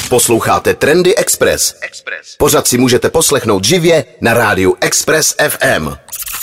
Posloucháte Trendy Express. Pořad si můžete poslechnout živě na rádiu Express FM.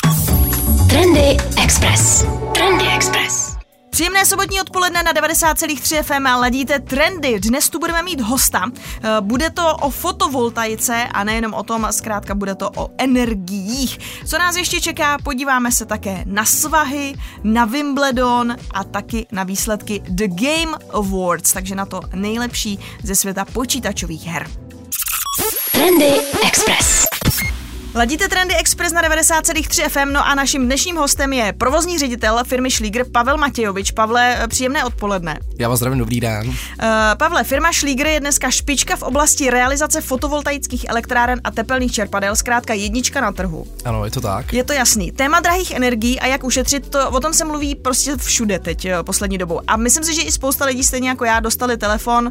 Trendy Express. Trendy Express. Příjemné sobotní odpoledne na 90,3 FM a ladíte trendy. Dnes tu budeme mít hosta. Bude to o fotovoltaice a nejenom o tom, zkrátka bude to o energiích. Co nás ještě čeká, podíváme se také na svahy, na Wimbledon a taky na výsledky The Game Awards, takže na to nejlepší ze světa počítačových her. Trendy Express. Ladíte Trendy Express na 90,3 FM, no a naším dnešním hostem je provozní ředitel firmy Schlieger Pavel Matějovič. Pavle, příjemné odpoledne. Já vás zdravím, dobrý den. Pavle, firma Schlieger je dneska špička v oblasti realizace fotovoltaických elektráren a tepelných čerpadel, zkrátka jednička na trhu. Ano, je to tak. Je to jasný. Téma drahých energií a jak ušetřit, o tom se mluví prostě všude teď poslední dobou. A myslím si, že i spousta lidí stejně jako já dostali telefon,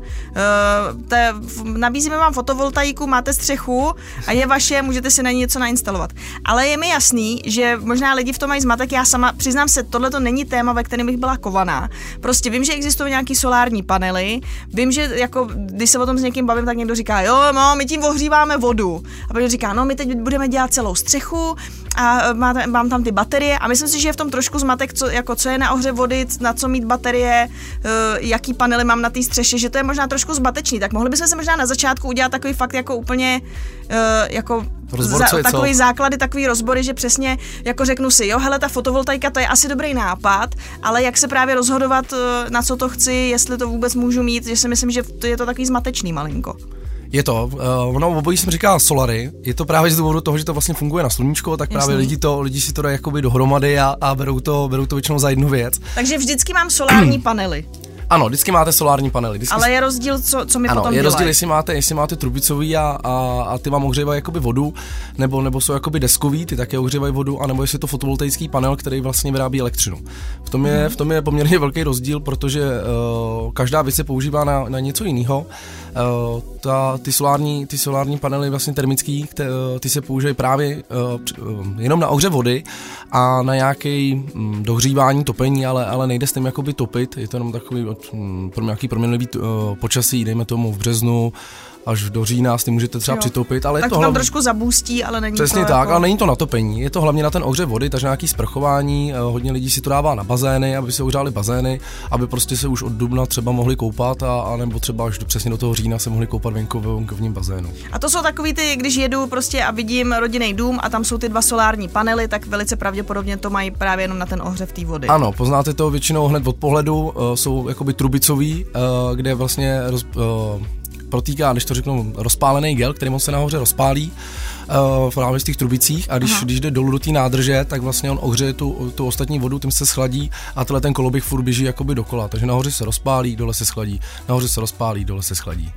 nabízíme vám fotovoltaiku, máte střechu a je vaše, můžete si na ní něco nainstalovat. Ale je mi jasný, že možná lidi v tom mají zmatek, já sama přiznám se, tohle to není téma, ve kterém bych byla kovaná. Prostě vím, že existují nějaký solární panely, vím, že jako když se o tom s někým bavím, tak někdo říká, jo, no, my tím ohříváme vodu. A pak říká, no, my teď budeme dělat celou střechu a mám tam ty baterie a myslím si, že je v tom trošku zmatek, co je na ohřev vody, na co mít baterie, jaký panely mám na té střeše, že to je možná trošku zmatečný. Tak mohli bychom se možná na začátku udělat takový fakt jako úplně jako takový základy, takový rozbory, že přesně jako řeknu si, jo, hele, ta fotovoltaika, to je asi dobrý nápad, ale jak se právě rozhodovat, na co to chci, jestli to vůbec můžu mít, že si myslím, že je to takový zmatečný malinko. Je to, obojí jsem říkal solary, je to právě z důvodu toho, že to vlastně funguje na sluníčko, tak právě lidi si to dají jakoby dohromady a berou to většinou za jednu věc. Takže vždycky mám solární panely. Ano, vždycky máte solární panely. Ale je rozdíl, co mi potom dělají. Ano, je rozdíl, jestli máte trubicový a ty vám ohřívají jakoby vodu, nebo jsou jakoby deskový, ty také ohřívají vodu, anebo jestli je to fotovoltaický panel, který vlastně vyrábí elektřinu. V tom je poměrně velký rozdíl, protože každá věc se používá na něco jiného. Ty solární panely vlastně termický, ty se používají právě jenom na ohřev vody a na nějaké dohřívání, topení, ale nejde s tím jakoby topit, je to jenom takový pro nějaký proměnlivý počasí, dejme tomu v březnu, až do října s tím můžete třeba přitopit, ale tak to tam trošku zabůstí, ale není přesně to tak, jako... ale není to na topení, je to hlavně na ten ohřev vody, takže nějaký sprchování, hodně lidí si to dává na bazény, aby se ohřály bazény, aby prostě se už od dubna třeba mohli koupat a nebo třeba až přesně do toho října se mohli koupat venkovním bazénu. A to jsou takový ty, když jedu prostě a vidím rodinný dům a tam jsou ty dva solární panely, tak velice pravděpodobně to mají právě jenom na ten ohřev té vody. Ano, poznáte to většinou hned od pohledu, jsou jakoby trubicový, kde vlastně protýká, když to řeknu, rozpálený gel, který moc se nahoře rozpálí právě v těch trubicích a když jde dolů do té nádrže, tak vlastně on ohřeje tu ostatní vodu, tím se schladí a tenhle ten koloběh furt běží jakoby dokola, takže nahoře se rozpálí, dole se schladí, nahoře se rozpálí, dole se schladí.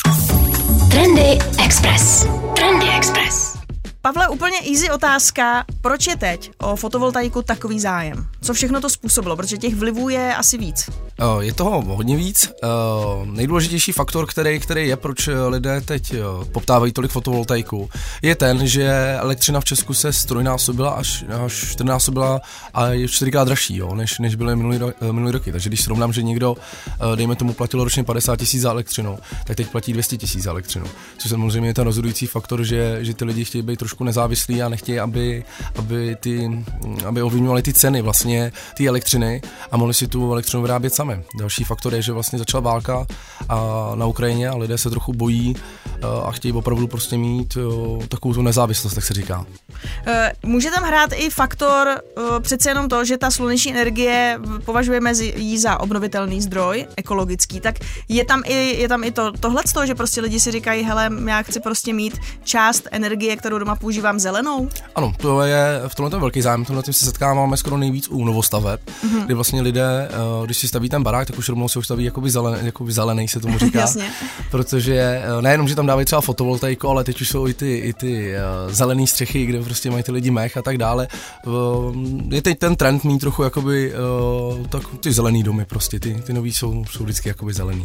Trendy Express. Trendy Express. Pavle, úplně easy otázka, proč je teď o fotovoltaiku takový zájem? Co všechno to způsobilo, protože těch vlivů je asi víc? Je toho hodně víc. Nejdůležitější faktor, který je, proč lidé teď poptávají tolik fotovoltaiku, je ten, že elektřina v Česku se strojnásobila až 4násobila a je 4krát dražší, jo, než byly minulý roky. Takže když srovnám, že někdo, dejme tomu, platilo ročně 50 000 za elektřinu, tak teď platí 200 000 za elektřinu. Což samozřejmě je ten rozhodující faktor, že ty lidi chtějí být trošku nezávislí a nechtějí, aby ovlivňovali ty ceny vlastně ty elektřiny a mohli si tu elektřinu vyrábět sami. Další faktor je, že vlastně začala válka na Ukrajině a lidé se trochu bojí a chtějí opravdu prostě mít takovou tu nezávislost, tak se říká. Může tam hrát i faktor přece jenom to, že ta sluneční energie považujeme ji za obnovitelný zdroj, ekologický, tak je tam i tohleto, že prostě lidi si říkají, hele, já chci prostě mít část energie, kterou doma používám, zelenou? Ano, to je v tomhle velký zájem, tomhle se setkáváme skoro nejvíc u novostaveb, kdy vlastně lidé, když si staví ten barák, tak už rovnou se už staví jakoby zelený se tomu říká. Jasně. Protože nejenom, že tam dávají třeba fotovoltaiku, ale teď už jsou i ty zelený střechy, kde prostě mají ty lidi mech a tak dále. Je teď ten trend mít trochu jakoby tak ty zelený domy prostě, ty nový jsou vždycky jakoby zelený.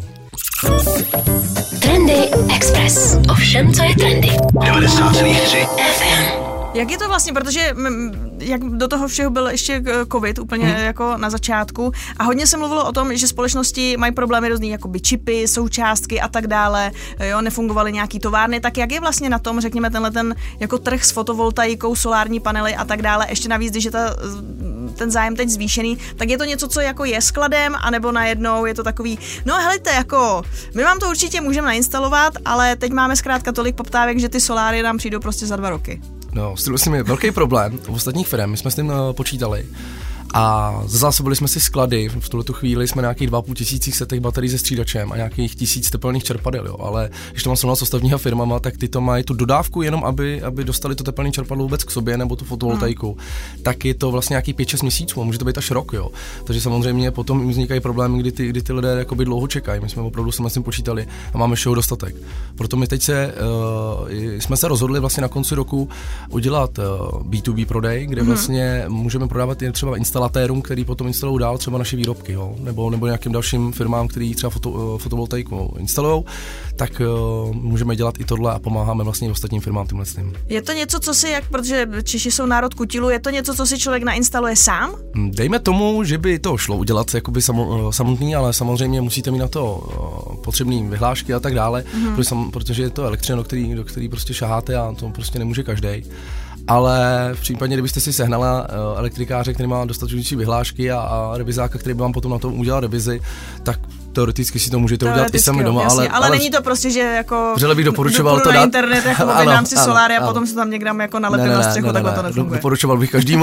Trendy Express. Ovšem, co je trendy? 90,3 FM. Jak je to vlastně, protože jak do toho všeho byl ještě covid úplně jako na začátku a hodně se mluvilo o tom, že společnosti mají problémy různý, jakoby čipy, součástky a tak dále, jo, nefungovaly nějaký továrny, tak jak je vlastně na tom, řekněme, ten jako trh s fotovoltaikou, solární panely a tak dále, ještě navíc, když je ten zájem teď zvýšený, tak je to něco, co jako je skladem, anebo najednou je to takový, no helejte, jako my vám to určitě můžeme nainstalovat, ale teď máme zkrátka tolik poptávek, že ty soláry nám přijdou prostě za 2 roky. No, s tím je velký problém u ostatních firm, my jsme s tím počítali a zazásobili jsme si sklady, v tuhletu chvíli jsme nějakých 2,5 tisících setech baterií se střídačem a nějakých 1000 tepelných čerpadel, jo, ale když to mám srovnat s ostatníma firmama, tak ty to mají tu dodávku jenom, aby dostali to tepelné čerpadlo vůbec k sobě nebo tu fotovoltaiku, tak je to vlastně nějaký 5-6 měsíců a může to být až rok, jo. Takže samozřejmě potom vznikají problémy, kdy ty lidé jakoby dlouho čekají, my jsme opravdu s tím počítali a máme všeho dostatek. Proto my teď jsme se rozhodli vlastně na konci roku udělat B2B prodej, kde vlastně můžeme prodávat jen třeba instalatérům, který potom instalují dál třeba naše výrobky, jo, nebo nějakým dalším firmám, který třeba fotovoltaiku instalujou, tak můžeme dělat i tohle a pomáháme vlastně ostatním firmám tímhle s tím. Je to něco, co si, protože Češi jsou národ kutilu, je to něco, co si člověk nainstaluje sám? Dejme tomu, že by to šlo udělat jakoby samotný, ale samozřejmě musíte mít na to potřebné vyhlášky a tak dále, protože je to elektřina, do který prostě šaháte a to prostě nemůže každej. Ale v případě, kdybyste si sehnala elektrikáře, který má dostatečné vyhlášky a revizáka, který by vám potom na to udělal revizi, tak teoreticky si to můžete udělat i sami doma, jasně, ale není to prostě, že jako vřele bych doporučoval to na dát internet, jako objednám si soláry a potom se tam někde jako nalepím na střechu, takhle to nefunguje. Doporučoval bych každému,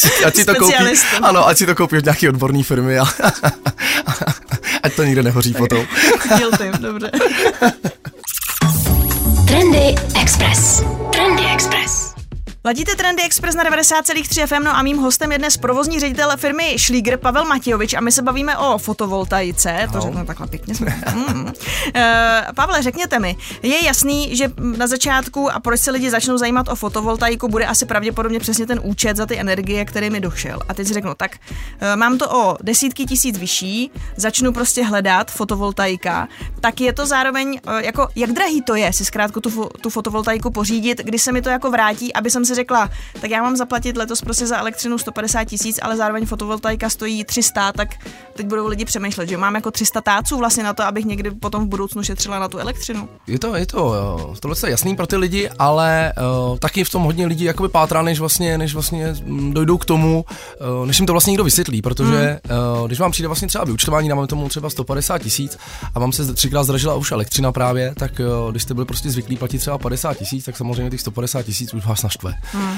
ať si to koupí od nějaké odborné firmy a ať to nikde nehoří potom. Guilty, dobře. Trendy Express. Trendy Express. Ladíte Trendy Express na 90,3 FM, no a mým hostem je dnes provozní ředitel firmy Schlieger Pavel Matějovič a my se bavíme o fotovoltaice, to řeknu takhle pěkně. Pavle, řekněte mi, je jasný, že na začátku a proč se lidi začnou zajímat o fotovoltaiku, bude asi pravděpodobně přesně ten účet za ty energie, který mi došel. A teď si řeknu, tak mám to o desítky tisíc vyšší, začnu prostě hledat fotovoltaika, tak je to zároveň, jako jak drahý to je si zkrátku tu fotovoltaiku pořídit, kdy se mi to jako vrátí, aby jsem si řekla, tak já mám zaplatit letos prostě za elektřinu 150 000, ale zároveň fotovoltaika stojí 300, tak teď budou lidi přemýšlet, že mám jako 300 táců vlastně na to, abych někdy potom v budoucnu šetřila na tu elektřinu. Tohle je jasný pro ty lidi, ale taky v tom hodně lidí jakoby pátrá, než vlastně dojdou k tomu, než jim to vlastně někdo vysvětlí, protože když vám přijde vlastně třeba vyúčtování, dáme tomu třeba 150 000 a vám se 3krát zdražila už elektřina právě, tak když jste byli prostě zvyklí platit třeba 50 000, tak samozřejmě těch 150 000 už vás naštve.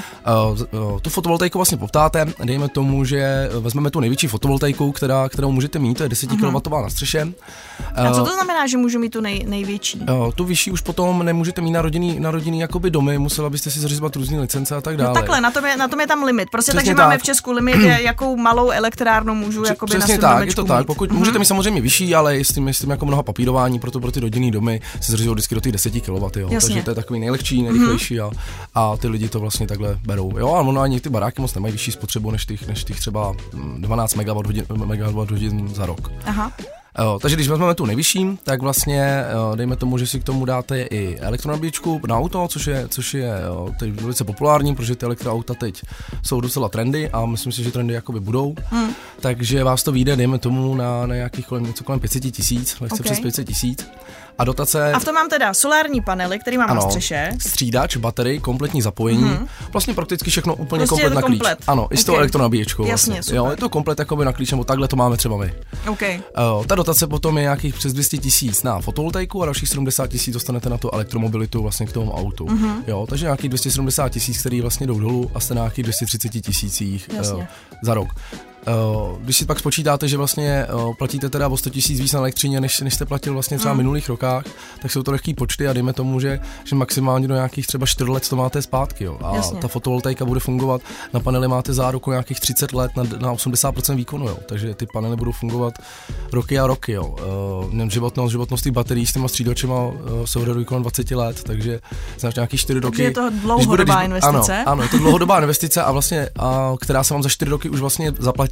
Tu fotovoltaiku vlastně poptáte, dejme tomu, že vezmeme tu největší fotovoltaiku, kterou můžete mít, to je 10 kW na střeše. A co to znamená, že můžu mít tu největší? Tu vyšší už potom nemůžete mít na rodinný jakoby domy, musela byste si zařizovat různé licence a tak dále. No takhle, na tom je tam limit. Prostě takže máme v Česku limit, jakou malou elektrárnu můžu jakoby na svém domečku je to tak. Pokud můžete mít samozřejmě vyšší, ale s tím jako mnoha papírování, proto pro ty rodinný domy se zařizují vždycky do těch 10 kW, jo. Takže to je takový nejlehčí, nejrychlejší a ty lidi to vlastně takhle berou. Jo, ale ono ani ty baráky moc nemají vyšší spotřebu než těch třeba 12 MWh za rok. Aha. Takže když vezmeme tu nejvyšší, tak vlastně dejme tomu, že si k tomu dáte i elektronabíječku na auto, což je teď velice populární, protože ty elektroauta teď jsou docela trendy a myslím si, že trendy jakoby budou. Takže vás to vyjde, dejme tomu na nějakých kolem 500 000, lehce přes 500 000. A dotace... A v tom mám teda solární panely, který mám na střeše. Střídač, baterii, kompletní zapojení. Vlastně prakticky všechno úplně prostě komplet na klíč. Ano, i s tou elektronabíječkou. Jasně, super. Jo, je to komplet jakoby na klíč, nebo takhle to máme třeba my. Ta dotace potom je nějakých přes 200 000 na fotovoltaiku a dalších 70 000 dostanete na tu elektromobilitu vlastně k tomu autu. Jo, takže nějakých 270 000, který vlastně jdou dolů a jste na nějakých 230 000 za rok. Když si pak spočítáte, že vlastně platíte teda o 100 000 víc na elektřině, než jste platil vlastně třeba v minulých rokách, tak jsou to lehký počty a dejme tomu, že maximálně do nějakých třeba 4 let to máte zpátky. Jo. A ta fotovoltaika bude fungovat, na panely máte záruku nějakých 30 let na 80% výkonu, jo. Takže ty panely budou fungovat roky a roky. Jo. Životnost těch baterií s těma střídačema se odhaduje kolem 20 let, takže znaš nějakých 4 roky. Takže je to dlouhodobá investice? Ano, je to dlouhodobá investice a vlastně, která se vám za 4 roky už vlastně zaplatí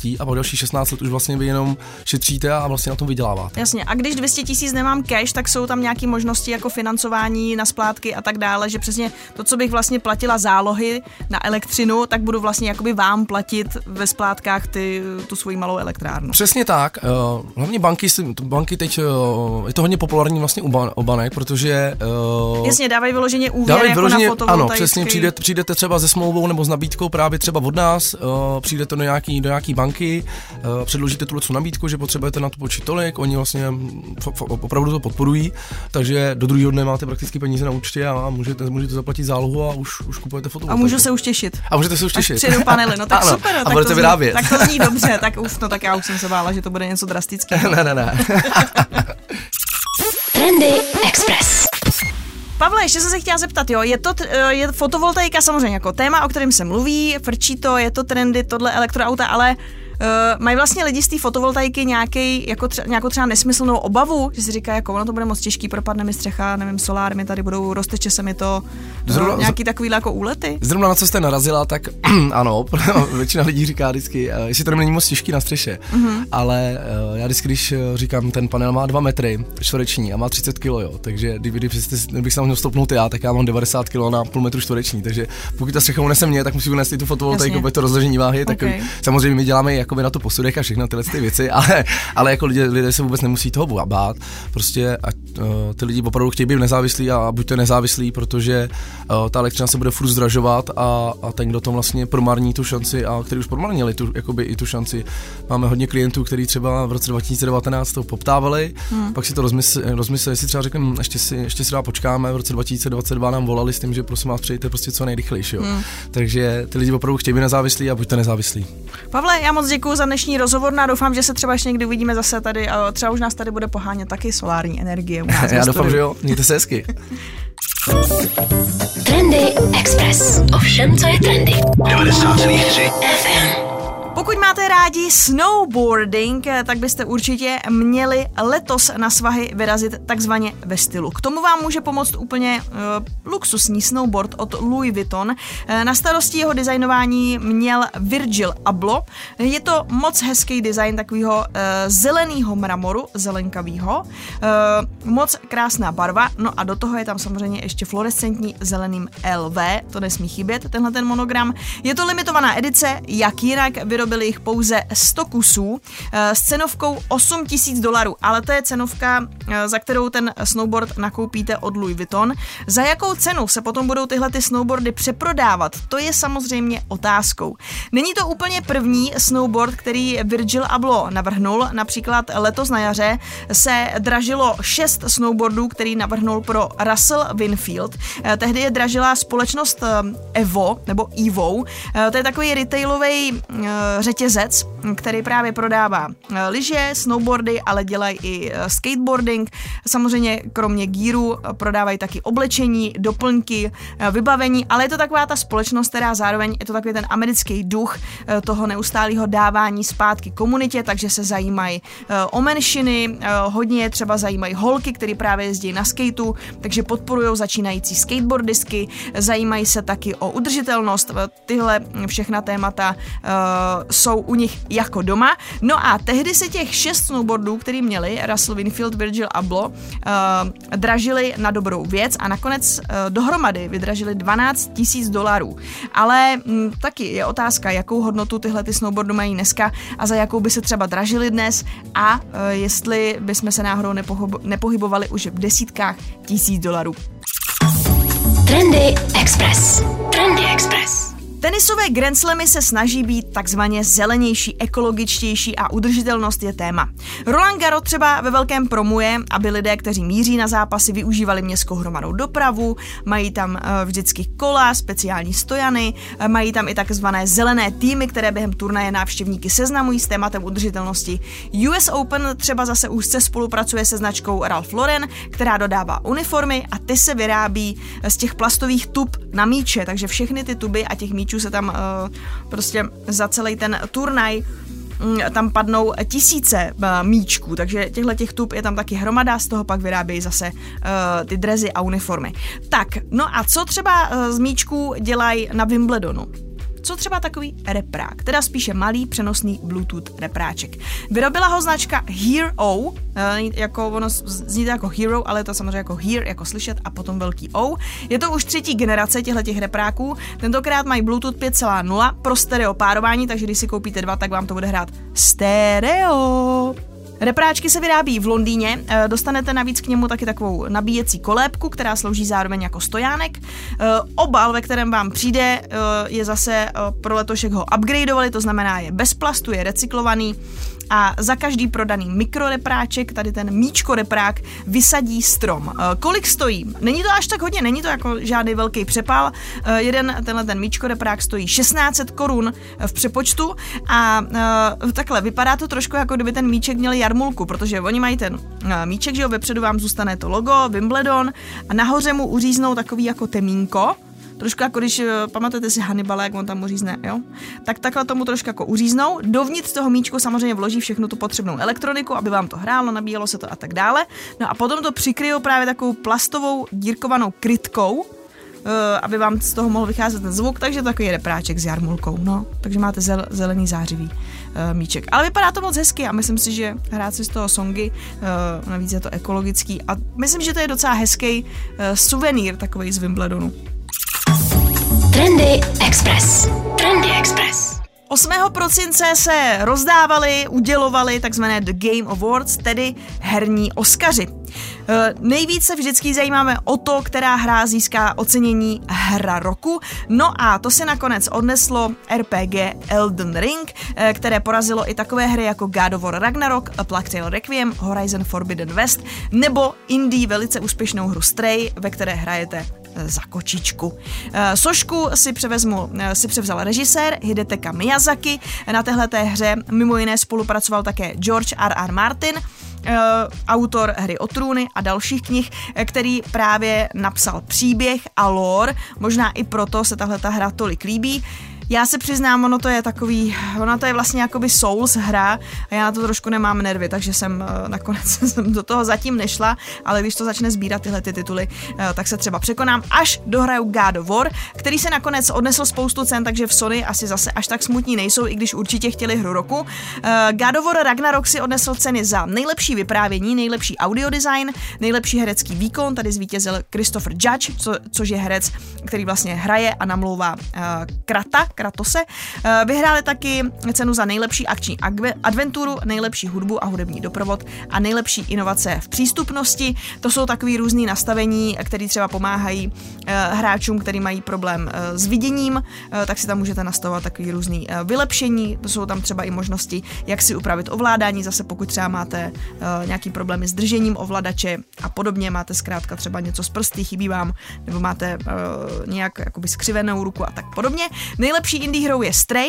zaplatí a po další 16 let už vlastně vy jenom šetříte a vlastně na tom vyděláváte. Jasně, a když 200 000 nemám cash, tak jsou tam nějaké možnosti jako financování na splátky a tak dále, že přesně to, co bych vlastně platila zálohy na elektřinu, tak budu vlastně jakoby vám platit ve splátkách tu svoji malou elektrárnu. Přesně tak. Hlavně banky teď, je to hodně populární vlastně u banek, protože... Jasně, dávají vyloženě úvěr jako na fotovoltaiky. Ano, přesně, přijdete třeba se smlouvou nebo s nabídkou právě třeba od nás, přijdete do nějaký banky, předložíte tuhle nabídku, že potřebujete na to počít tolik, oni vlastně opravdu to podporují, takže do druhého dne máte prakticky peníze na účtě a můžete zaplatit zálohu a už kupujete fotovoltaiku. A můžu se už těšit. A můžete se už těšit. Přijedu panely, no tak ano, super. A budete vyrábět. Tak to zní dobře, tak já už jsem se bála, že to bude něco drastického. Ne. Trendy Express. Pavle, ještě jsem se chtěla zeptat, jo, je fotovoltaika samozřejmě jako téma, o kterém se mluví, frčí to, je to trendy, tohle elektroauta, ale mají vlastně lidi z té fotovoltaiky nějakou třeba nesmyslnou obavu, že si říká, jako ono to bude moc těžký, propadne mi střecha, nevím, soláry mi tady budou, rozteče se mi to, nějaký takovýhle jako úlety? Zrovna na co jste narazila, tak ano, většina lidí říká vždycky, jestli to není moc těžký na střeše, ale já vždycky, když říkám, ten panel má 2 metry čtvereční a má 30 kg, jo, takže kdybych se tam měl stoupnout já, tak já mám 90 kg na půl metru čtvereční, takže pokud ta střecha unese mě, tak musí unést i tu fotovoltaiku, bude to rozložení váhy, tak samozřejmě my děláme jakoby na to posudek a všechno tyhle ty věci, ale jako lidé se vůbec nemusí toho bát, prostě ty lidi opravdu chtějí být nezávislí a buďte nezávislí, protože ta elektřina se bude furt zdražovat a ten, kdo tom vlastně promarní tu šanci a který už promarnili i tu šanci. Máme hodně klientů, kteří třeba v roce 2019 to poptávali, pak si to rozmysleli, si třeba řekneme, ještě si dá počkáme, v roce 2022 nám volali s tím, že prosím vás přijďte prostě co nejrychlejší, jo. Takže ty lidi opravdu chtějí být nezávislí a buďte nezávislí. Pavle, já moc děkuji za dnešní rozhovor a doufám, že se třeba ještě někdy uvidíme zase tady a třeba už nás tady bude pohánět taky solární energie u nás. Já doufám, že jo, mějte se hezky. Trendy Express. Ovšem, co je trendy? 90,3 FM. Pokud máte rádi snowboarding, tak byste určitě měli letos na svahy vyrazit takzvaně ve stylu. K tomu vám může pomoct úplně luxusní snowboard od Louis Vuitton. Na starosti jeho designování měl Virgil Abloh. Je to moc hezký design takového zeleného mramoru, zelenkavého. Moc krásná barva, no a do toho je tam samozřejmě ještě fluorescentní zeleným LV, to nesmí chybět, tenhle ten monogram. Je to limitovaná edice, jak jinak vyrobili jich pouze 100 kusů s cenovkou $8,000, ale to je cenovka, za kterou ten snowboard nakoupíte od Louis Vuitton. Za jakou cenu se potom budou tyhle ty snowboardy přeprodávat, to je samozřejmě otázkou. Není to úplně první snowboard, který Virgil Abloh navrhnul, například letos na jaře se dražilo 6 snowboardů, který navrhnul pro Russell Winfield. Tehdy je dražila společnost Evo, nebo Evo, to je takový retailový řetězec, který právě prodává lyže, snowboardy, ale dělají i skateboarding. Samozřejmě kromě gearu prodávají taky oblečení, doplňky, vybavení, ale je to taková ta společnost, která zároveň je to takový ten americký duch toho neustálého dávání zpátky komunitě, takže se zajímají o menšiny, hodně třeba zajímají holky, které právě jezdí na skateu, takže podporují začínající skateboardistky, zajímají se taky o udržitelnost, tyhle všechna témata jsou u nich jako doma. No a tehdy se těch 6 snowboardů, který měli Russell Winfield, Virgil Abloh, dražili na dobrou věc a nakonec dohromady vydražili $12,000. Ale taky je otázka, jakou hodnotu tyhle ty snowboardy mají dneska a za jakou by se třeba dražili dnes a jestli bychom se náhodou nepohybovali už v desítkách $10,000. Trendy Express. Trendy Express. Tenisové Grand Slamy se snaží být takzvaně zelenější, ekologičtější a udržitelnost je téma. Roland Garros třeba ve velkém promuje, aby lidé, kteří míří na zápasy, využívali městskou hromadnou dopravu, mají tam vždycky kola, speciální stojany, mají tam i takzvané zelené týmy, které během turnaje návštěvníky seznamují s tématem udržitelnosti. US Open třeba zase úzce spolupracuje se značkou Ralph Lauren, která dodává uniformy a ty se vyrábí z těch plastových tub na míče, takže všechny ty tuby a těch míčů se tam prostě za celý ten turnaj tam padnou tisíce míčků, takže těch tub je tam taky hromada, z toho pak vyrábějí zase ty drezy a uniformy. Tak, no a co třeba z míčků dělají na Wimbledonu? co třeba takový reprák, teda spíše malý přenosný Bluetooth repráček. Vyrobila ho značka Hero, jako ono zní to jako Hero, ale je to samozřejmě jako Hear, jako slyšet a potom velký O. Je to už 3. generace těchto repráků, tentokrát mají Bluetooth 5.0 pro stereo párování, takže když si koupíte 2, tak vám to bude hrát stereo. Repráčky se vyrábí v Londýně, dostanete navíc k němu taky takovou nabíjecí kolébku, která slouží zároveň jako stojánek. Obal, ve kterém vám přijde, je zase pro letošek ho upgradeovali, to znamená je bez plastu, je recyklovaný a za každý prodaný mikrorepráček, tady ten míčkoreprák, vysadí strom. Kolik stojí? Není to až tak hodně, není to jako žádný velký přepal. Tenhle ten míčkoreprák stojí 1600 korun v přepočtu a takhle vypadá to trošku jako kdyby ten míček měl jarmulku, protože oni mají ten míček, že jo, vepředu vám zůstane to logo Wimbledon a nahoře mu uříznou takový jako temínko, trošku jako když, pamatujete si Hannibala, jak on tam uřízne, jo? Tak takhle tomu trošku jako uříznou. Dovnitř toho míčku samozřejmě vloží všechnu tu potřebnou elektroniku, aby vám to hrálo, nabíjelo se to a tak dále. No a potom to přikryjou právě takovou plastovou dírkovanou krytkou, aby vám z toho mohl vycházet ten zvuk, takže takový repráček s jarmulkou, no. Takže máte zelený zářivý míček. Ale vypadá to moc hezky a myslím si, že hrát si z toho songy, navíc je to ekologický a myslím, že to je docela hezký suvenýr takovej z Wimbledonu. Trendy Express. Trendy Express. 8. prosince se rozdávali, udělovali takzvané The Game Awards, tedy herní Oscaři. Nejvíc se vždycky zajímáme o to, která hra získá ocenění hra roku. No a to se nakonec odneslo RPG Elden Ring, které porazilo i takové hry jako God of War Ragnarok, A Plague Tale Requiem, Horizon Forbidden West nebo indie velice úspěšnou hru Stray, ve které hrajete za kočičku. Sošku si převzal režisér Hidetaka Miyazaki. Na téhleté hře mimo jiné spolupracoval také George R.R. Martin, autor Hry o trůny a dalších knih, který právě napsal příběh a lore, možná i proto se tahleta hra tolik líbí. Já se přiznám, ona to je vlastně jakoby Souls hra a já na to trošku nemám nervy, takže jsem nakonec do toho zatím nešla, ale když to začne sbírat tyhle ty tituly, tak se třeba překonám, až dohraju God of War, který se nakonec odnesl spoustu cen, takže v Sony asi zase až tak smutní nejsou, i když určitě chtěli hru roku. God of War Ragnarok si odnesl ceny za nejlepší vyprávění, nejlepší audiodesign, nejlepší herecký výkon, tady zvítězil Christopher Judge, což je herec, který vlastně hraje a namlouvá Kratose. Vyhráli taky cenu za nejlepší akční adventuru, nejlepší hudbu a hudební doprovod a nejlepší inovace v přístupnosti. To jsou takový různý nastavení, které třeba pomáhají hráčům, kteří mají problém s viděním, tak si tam můžete nastavovat takový různý vylepšení. To jsou tam třeba i možnosti, jak si upravit ovládání, zase pokud třeba máte nějaký problémy s držením ovladače a podobně, máte zkrátka třeba něco z prsty, chybí vám, nebo máte nějak jakoby skřivenou ruku a tak podobně. Nejlepší indie hrou je Stray.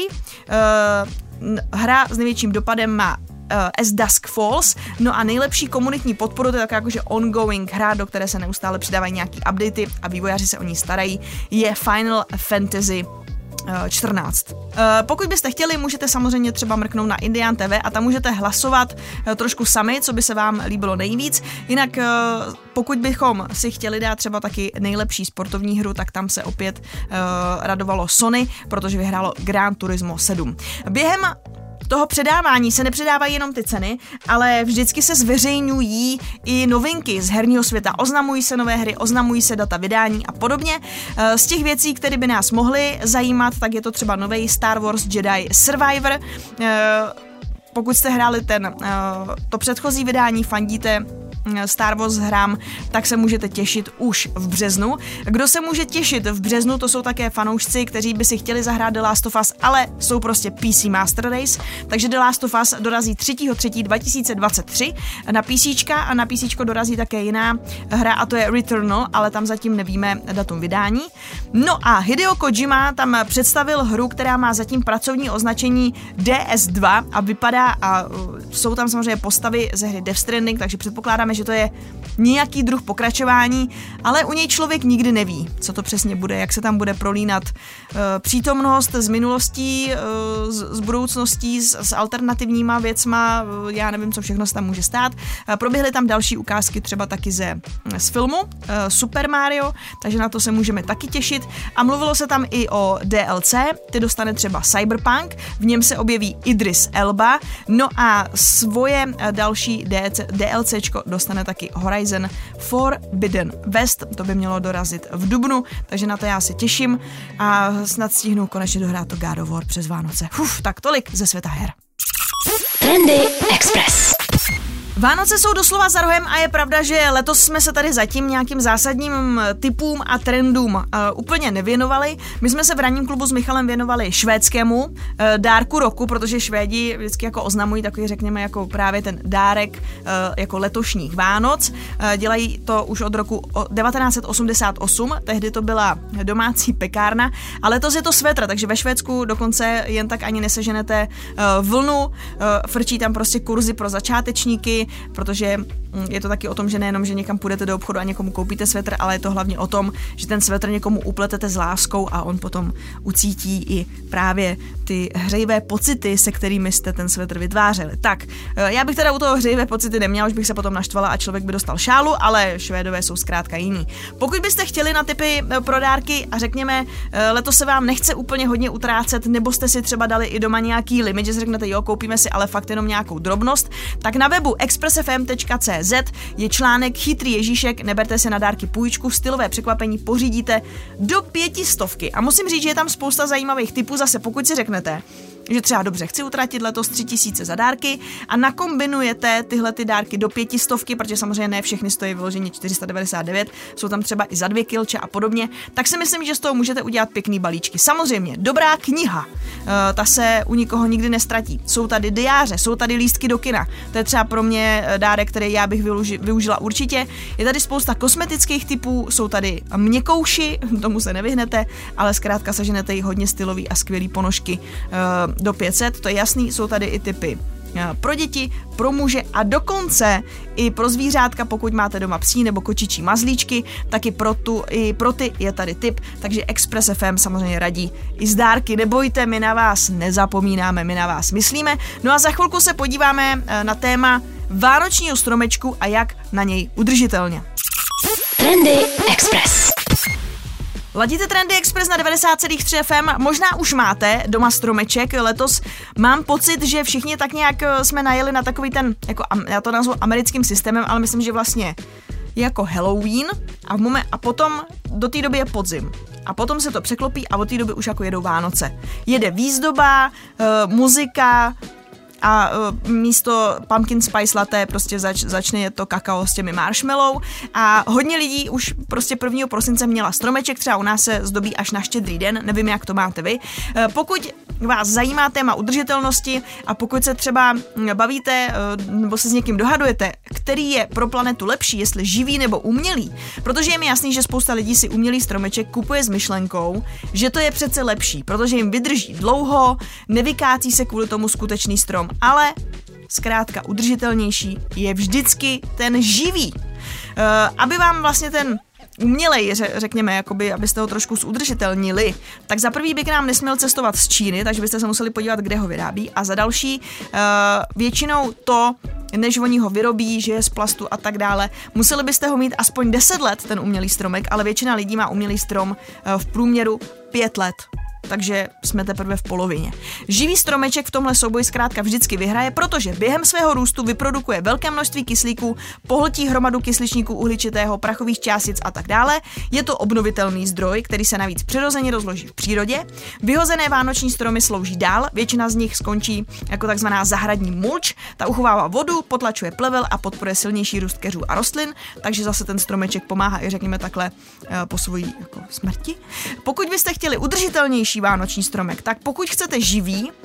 Hra s největším dopadem má As Dusk Falls, no a nejlepší komunitní podporu, to je taková jakože ongoing hra, do které se neustále přidávají nějaký updaty a vývojáři se o ní starají, je Final Fantasy 14. Pokud byste chtěli, můžete samozřejmě třeba mrknout na Indian TV a tam můžete hlasovat trošku sami, co by se vám líbilo nejvíc. Jinak pokud bychom si chtěli dát třeba taky nejlepší sportovní hru, tak tam se opět radovalo Sony, protože vyhrálo Gran Turismo 7. Během toho předávání se nepředávají jenom ty ceny, ale vždycky se zveřejňují i novinky z herního světa. Oznamují se nové hry, oznamují se data vydání a podobně. Z těch věcí, které by nás mohly zajímat, tak je to třeba nový Star Wars Jedi Survivor. Pokud jste hráli to předchozí vydání, fandíte Star Wars hrám, tak se můžete těšit už v březnu. Kdo se může těšit v březnu, to jsou také fanoušci, kteří by si chtěli zahrát The Last of Us, ale jsou prostě PC Master Race, takže The Last of Us dorazí 3.3.2023 na PCčka a na PCčko dorazí také jiná hra a to je Returnal, ale tam zatím nevíme datum vydání. No a Hideo Kojima tam představil hru, která má zatím pracovní označení DS2 a vypadá a jsou tam samozřejmě postavy ze hry Death Stranding, takže předpokládáme, chápeme, že to je nějaký druh pokračování, ale u něj člověk nikdy neví, co to přesně bude, jak se tam bude prolínat přítomnost z minulostí, z budoucností, s alternativníma věcma, já nevím, co všechno se tam může stát. Proběhly tam další ukázky třeba taky z filmu Super Mario, takže na to se můžeme taky těšit. A mluvilo se tam i o DLC, ty dostane třeba Cyberpunk, v něm se objeví Idris Elba, no a svoje další DLCčko dostane taky Horizon Forbidden West, to by mělo dorazit v dubnu, takže na to já se těším a snad stihnu konečně dohrát to God of War přes Vánoce. Tak tolik ze světa her. Trendy Express. Vánoce jsou doslova za rohem a je pravda, že letos jsme se tady zatím nějakým zásadním typům a trendům úplně nevěnovali. My jsme se v ranním klubu s Michalem věnovali švédskému dárku roku, protože Švédi vždycky jako oznamují takový, řekněme, jako právě ten dárek jako letošních Vánoc. Dělají to už od roku 1988, tehdy to byla domácí pekárna a letos je to svetr, takže ve Švédsku dokonce jen tak ani neseženete vlnu, frčí tam prostě kurzy pro začátečníky, protože je to taky o tom, že nejenom, že někam půjdete do obchodu a někomu koupíte svetr, ale je to hlavně o tom, že ten svetr někomu upletete s láskou a on potom ucítí i právě ty hřejivé pocity, se kterými jste ten svetr vytvářeli. Tak, já bych teda u toho hřejivé pocity neměla, už bych se potom naštvala a člověk by dostal šálu, ale Švédové jsou zkrátka jiní. Pokud byste chtěli na tipy pro dárky a řekněme, letos se vám nechce úplně hodně utrácet, nebo jste si třeba dali i doma nějaký limit, že si řeknete, jo, koupíme si ale fakt jenom nějakou drobnost, tak na webu expressfm.cz je článek Chytrý Ježíšek, neberte si na dárky půjčku, stylové překvapení pořídíte do 500. A musím říct, že je tam spousta zajímavých tipů, zase pokud si řeknete, že třeba dobře, chci utratit letos 3000 za dárky a nakombinujete tyhle ty dárky do 500, protože samozřejmě ne všechny stojí vyloženě 499, jsou tam třeba i za 2 kilče a podobně, tak si myslím, že z toho můžete udělat pěkný balíčky. Samozřejmě, dobrá kniha, ta se u nikoho nikdy nestratí. Jsou tady diáře, jsou tady lístky do kina, to je třeba pro mě dárek, který já bych využila určitě. Je tady spousta kosmetických typů, jsou tady měkouši, tomu se nevyhnete, ale zkrátka seženete i hodně stylový a skvělý ponožky do 500, to je jasný, jsou tady i typy pro děti, pro muže a dokonce i pro zvířátka, pokud máte doma psí nebo kočičí mazlíčky, tak i pro ty je tady tip, takže Express FM samozřejmě radí i z dárky, nebojte, my na vás nezapomínáme, my na vás myslíme. No a za chvilku se podíváme na téma vánočního stromečku a jak na něj udržitelně. Trendy Express. Ladíte Trendy Express na 90,3 FM, možná už máte doma stromeček, letos mám pocit, že všichni tak nějak jsme najeli na takový ten, jako já to nazvu americkým systémem, ale myslím, že vlastně jako Halloween a potom do té doby je podzim. A potom se to překlopí a od té doby už jako jedou Vánoce. Jede výzdoba, muzika, a místo pumpkin spice latte prostě začne to kakao s těmi marshmallow a hodně lidí už prostě 1. prosince měla stromeček, třeba u nás se zdobí až na Štědrý den, nevím, jak to máte vy. Pokud vás zajímá téma udržitelnosti a pokud se třeba bavíte nebo se s někým dohadujete, který je pro planetu lepší, jestli živý nebo umělý, protože je mi jasný, že spousta lidí si umělý stromeček kupuje s myšlenkou, že to je přece lepší, protože jim vydrží dlouho, nevykácí se kvůli tomu skutečný strom, ale zkrátka udržitelnější je vždycky ten živý. Aby vám vlastně ten umělej, řekněme, jakoby, abyste ho trošku zudržitelnili, tak za prvý by k nám nesměl cestovat z Číny, takže byste se museli podívat, kde ho vyrábí, a za další většinou to, než oni ho vyrobí, že je z plastu a tak dále, museli byste ho mít aspoň 10 let, ten umělý stromek, ale většina lidí má umělý strom v průměru 5 let. Takže jsme teprve v polovině. Živý stromeček v tomhle souboji zkrátka vždycky vyhraje, protože během svého růstu vyprodukuje velké množství kyslíku, pohltí hromadu kysličníku uhličitého, prachových částic a tak dále. Je to obnovitelný zdroj, který se navíc přirozeně rozloží v přírodě. Vyhozené vánoční stromy slouží dál, většina z nich skončí jako takzvaná zahradní mulč, ta uchovává vodu, potlačuje plevel a podporuje silnější růst keřů a rostlin, takže zase ten stromeček pomáhá i řekněme takhle po svojí jako smrti. Pokud byste chtěli udržitelnější vánoční stromek, tak pokud chcete živý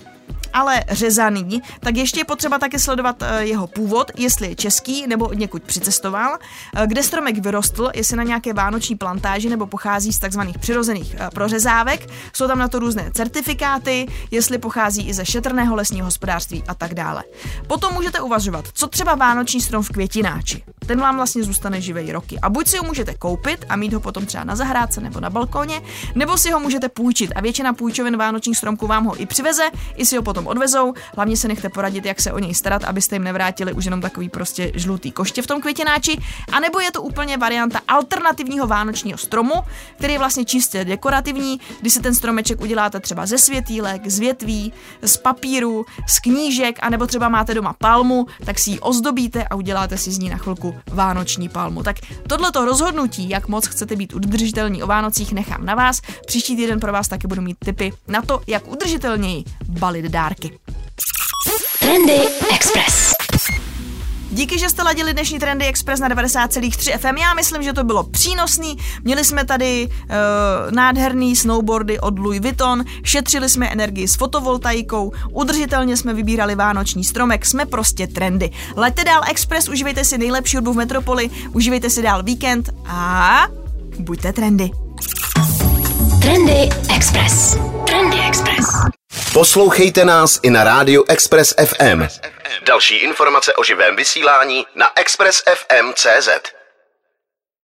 ale řezaný, tak ještě je potřeba také sledovat jeho původ, jestli je český nebo od někud přicestoval, kde stromek vyrostl, jestli na nějaké vánoční plantáži nebo pochází z takzvaných přirozených prořezávek. Jsou tam na to různé certifikáty, jestli pochází i ze šetrného lesního hospodářství a tak dále. Potom můžete uvažovat, co třeba vánoční strom v květináči. Ten vám vlastně zůstane živej roky. A buď si ho můžete koupit a mít ho potom třeba na zahrádce nebo na balkoně, nebo si ho můžete půjčit a většina půjčoven vánočních stromků vám ho i přiveze, i si ho potom odvezou. Hlavně se nechte poradit, jak se o něj starat, abyste jim nevrátili už jenom takový prostě žlutý koště v tom květináči. A nebo je to úplně varianta alternativního vánočního stromu, který je vlastně čistě dekorativní, kdy si ten stromeček uděláte třeba ze světýlek, z větví, z papíru, z knížek, a nebo třeba máte doma palmu, tak si ji ozdobíte a uděláte si z ní na chvilku vánoční palmu. Tak tohleto rozhodnutí, jak moc chcete být udržitelní o Vánocích, nechám na vás. Příští týden pro vás taky budu mít tipy na to, jak udržitelněji balit dárky. Trendy Express. Díky, že jste ladili dnešní Trendy Express na 90,3 FM. Já myslím, že to bylo přínosný. Měli jsme tady nádherný snowboardy od Louis Vuitton, šetřili jsme energii s fotovoltaikou, udržitelně jsme vybírali vánoční stromek, jsme prostě trendy. Laďte dál Express, užívejte si nejlepší hudbu v metropoli, užívejte si dál víkend a buďte trendy. Trendy Express. Trendy Express. Poslouchejte nás i na rádiu Express FM. Další informace o živém vysílání na expressfm.cz.